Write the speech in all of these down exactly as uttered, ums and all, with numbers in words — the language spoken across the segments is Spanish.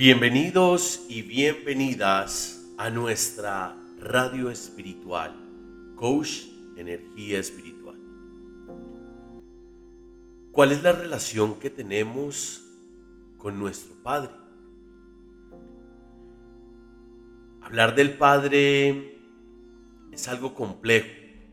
Bienvenidos y bienvenidas a nuestra radio espiritual, Coach Energía Espiritual. ¿Cuál es la relación que tenemos con nuestro Padre? Hablar del Padre es algo complejo,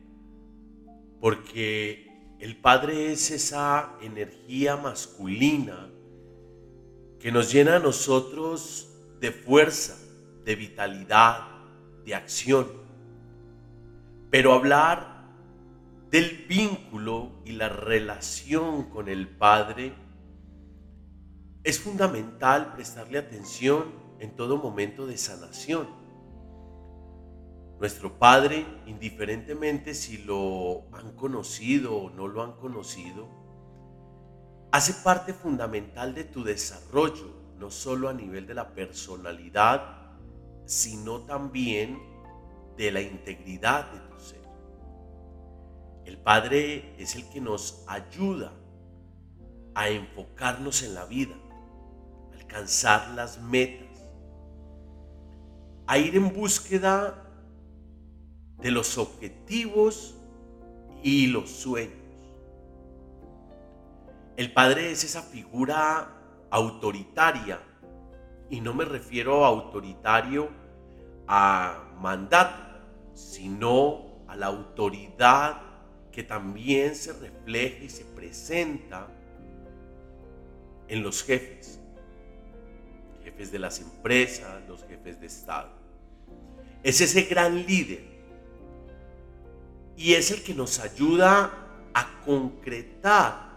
porque el Padre es esa energía masculina que nos llena a nosotros de fuerza, de vitalidad, de acción. Pero hablar del vínculo y la relación con el Padre es fundamental prestarle atención en todo momento de sanación. Nuestro Padre, indiferentemente si lo han conocido o no lo han conocido, hace parte fundamental de tu desarrollo, no solo a nivel de la personalidad, sino también de la integridad de tu ser. El Padre es el que nos ayuda a enfocarnos en la vida, a alcanzar las metas, a ir en búsqueda de los objetivos y los sueños. El Padre es esa figura autoritaria, y no me refiero a autoritario a mandato, sino a la autoridad que también se refleja y se presenta en los jefes, jefes de las empresas, los jefes de Estado. Es ese gran líder y es el que nos ayuda a concretar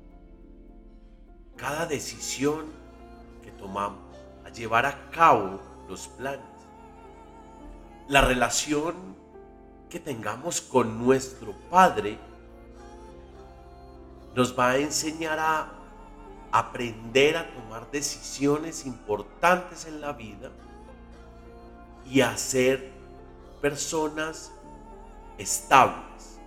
cada decisión que tomamos, a llevar a cabo los planes. La relación que tengamos con nuestro Padre nos va a enseñar a aprender a tomar decisiones importantes en la vida y a ser personas estables.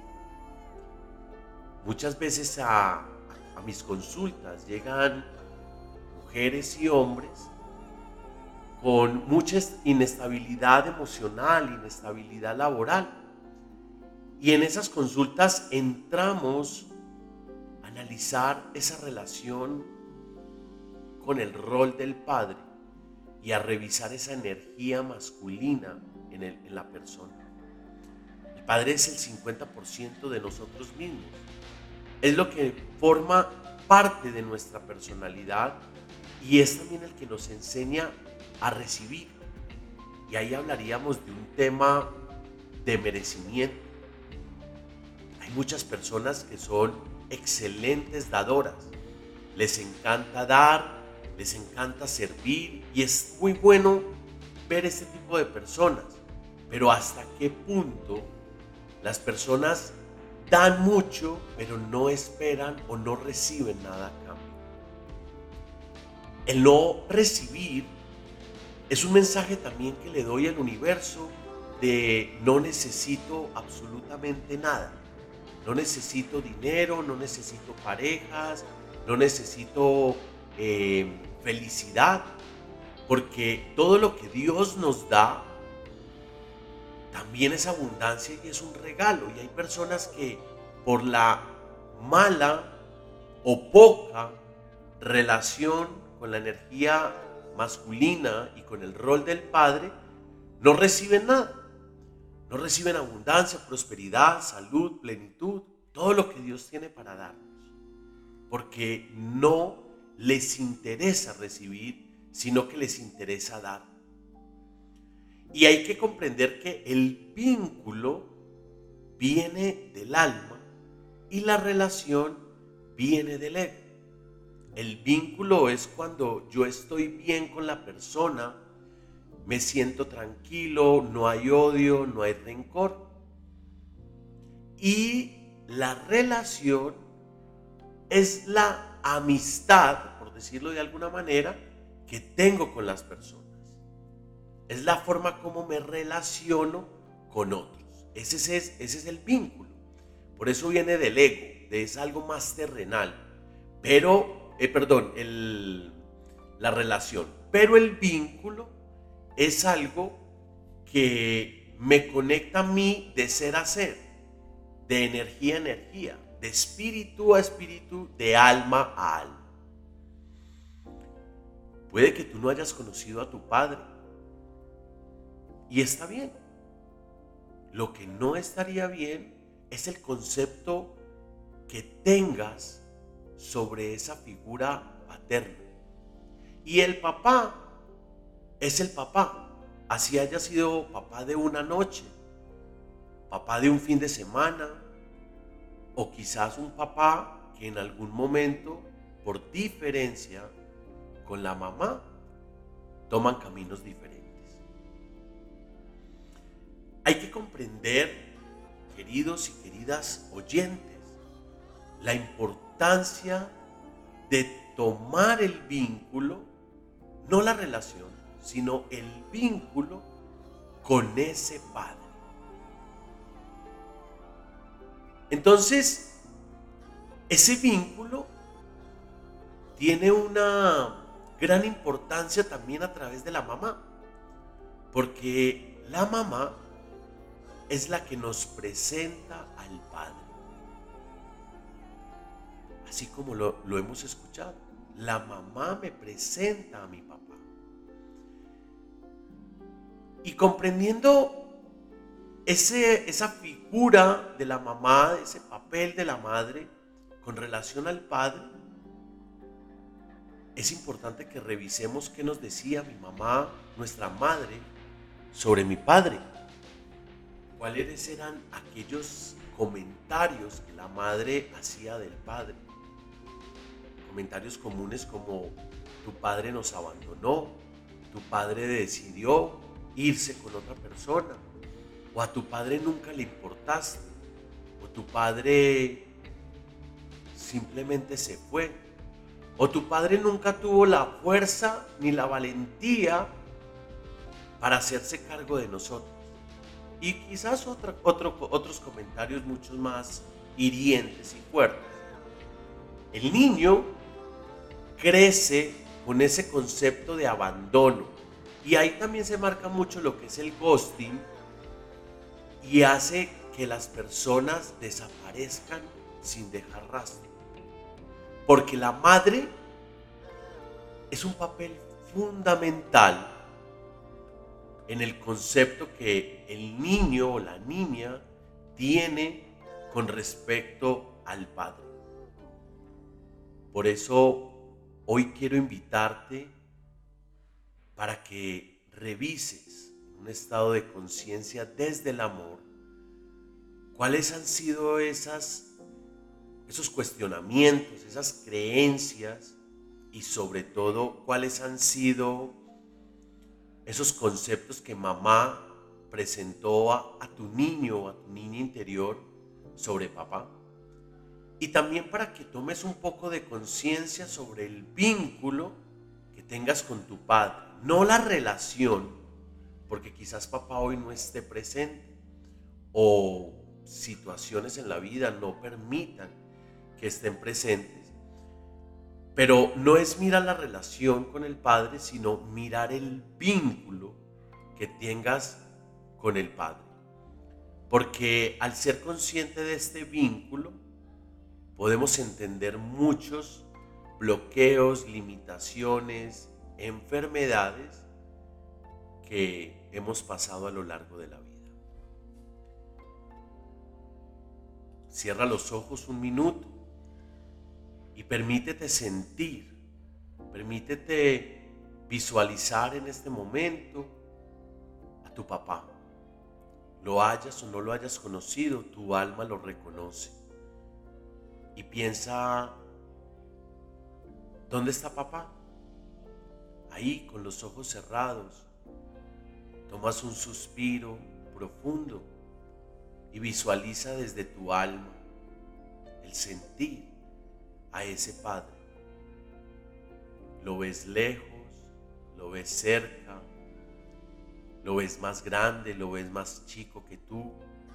Muchas veces a A mis consultas llegan mujeres y hombres con mucha inestabilidad emocional, inestabilidad laboral. Y en esas consultas entramos a analizar esa relación con el rol del Padre y a revisar esa energía masculina en, el, en la persona. El Padre es el cincuenta por ciento de nosotros mismos. Es lo que forma parte de nuestra personalidad y es también el que nos enseña a recibir. Y ahí hablaríamos de un tema de merecimiento. Hay muchas personas que son excelentes dadoras. Les encanta dar, les encanta servir y es muy bueno ver este tipo de personas. Pero ¿hasta qué punto las personas dan mucho, pero no esperan o no reciben nada a cambio? El no recibir es un mensaje también que le doy al universo de no necesito absolutamente nada. No necesito dinero, no necesito parejas, no necesito eh, felicidad, porque todo lo que Dios nos da también es abundancia y es un regalo. Y hay personas que por la mala o poca relación con la energía masculina y con el rol del Padre no reciben nada. No reciben abundancia, prosperidad, salud, plenitud, todo lo que Dios tiene para darnos. Porque no les interesa recibir, sino que les interesa dar. Y hay que comprender que el vínculo viene del alma y la relación viene del ego. El vínculo es cuando yo estoy bien con la persona, me siento tranquilo, no hay odio, no hay rencor. Y la relación es la amistad, por decirlo de alguna manera, que tengo con las personas. Es la forma como me relaciono con otros. Ese es, ese es el vínculo. Por eso viene del ego, de es algo más terrenal. Pero, eh, perdón, el, la relación. pero el vínculo es algo que me conecta a mí de ser a ser, de energía a energía, de espíritu a espíritu, de alma a alma. Puede que tú no hayas conocido a tu padre, y está bien. Lo que no estaría bien es el concepto que tengas sobre esa figura paterna. Y el papá es el papá, así haya sido papá de una noche, papá de un fin de semana, o quizás un papá que en algún momento, por diferencia con la mamá, toman caminos diferentes. Hay que comprender, queridos y queridas oyentes, la importancia de tomar el vínculo, no la relación, sino el vínculo con ese padre. Entonces, ese vínculo tiene una gran importancia también a través de la mamá, porque la mamá es la que nos presenta al Padre. Así como lo, lo hemos escuchado, la mamá me presenta a mi papá. Y comprendiendo ese, esa figura de la mamá, ese papel de la madre con relación al padre, es importante que revisemos qué nos decía mi mamá, nuestra madre, sobre mi padre. ¿Cuáles eran aquellos comentarios que la madre hacía del padre? Comentarios comunes como: tu padre nos abandonó, tu padre decidió irse con otra persona, o a tu padre nunca le importaste, o tu padre simplemente se fue, o tu padre nunca tuvo la fuerza ni la valentía para hacerse cargo de nosotros. Y quizás otra, otro, otros comentarios mucho más hirientes y fuertes. El niño crece con ese concepto de abandono, y ahí también se marca mucho lo que es el ghosting, y hace que las personas desaparezcan sin dejar rastro. Porque la madre es un papel fundamental en el concepto que el niño o la niña tiene con respecto al padre. Por eso hoy quiero invitarte para que revises en un estado de conciencia desde el amor cuáles han sido esas, esos cuestionamientos, esas creencias, y sobre todo cuáles han sido esos conceptos que mamá presentó a, a tu niño o a tu niña interior sobre papá. Y también para que tomes un poco de conciencia sobre el vínculo que tengas con tu padre, no la relación, porque quizás papá hoy no esté presente o situaciones en la vida no permitan que estén presentes. Pero no es mirar la relación con el padre, sino mirar el vínculo que tengas con el padre. Porque al ser consciente de este vínculo, podemos entender muchos bloqueos, limitaciones, enfermedades que hemos pasado a lo largo de la vida. Cierra los ojos un minuto y permítete sentir, permítete visualizar en este momento a tu papá. Lo hayas o no lo hayas conocido, tu alma lo reconoce. Y piensa, ¿dónde está papá? Ahí, con los ojos cerrados, tomas un suspiro profundo y visualiza desde tu alma el sentir a ese padre. Lo ves lejos, lo ves cerca, lo ves más grande, lo ves más chico que tú,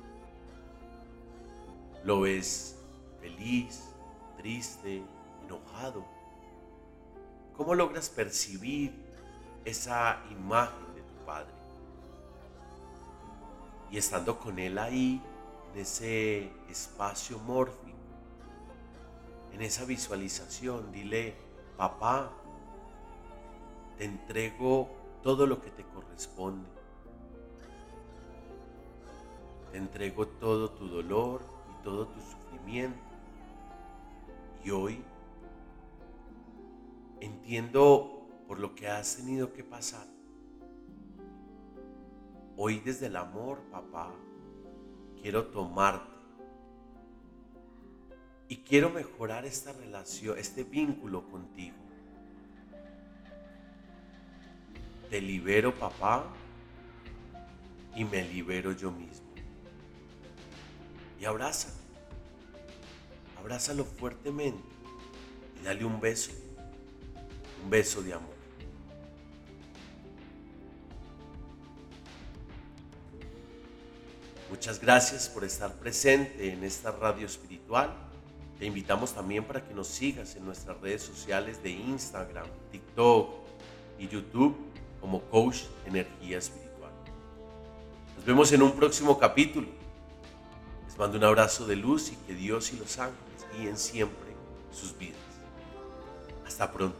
lo ves feliz, triste, enojado. ¿Cómo logras percibir esa imagen de tu Padre. Y estando con Él ahí, en ese espacio mórfico, en esa visualización, dile: papá, te entrego todo lo que te corresponde. Te entrego todo tu dolor y todo tu sufrimiento. Y hoy entiendo por lo que has tenido que pasar. Hoy desde el amor, papá, quiero tomarte y quiero mejorar esta relación, este vínculo contigo. Te libero, papá, y me libero yo mismo. Y abrázalo, abrázalo fuertemente y dale un beso, un beso de amor. Muchas gracias por estar presente en esta radio espiritual. Te invitamos también para que nos sigas en nuestras redes sociales de Instagram, TikTok y YouTube como Coach Energía Espiritual. Nos vemos en un próximo capítulo. Les mando un abrazo de luz y que Dios y los ángeles guíen siempre sus vidas. Hasta pronto.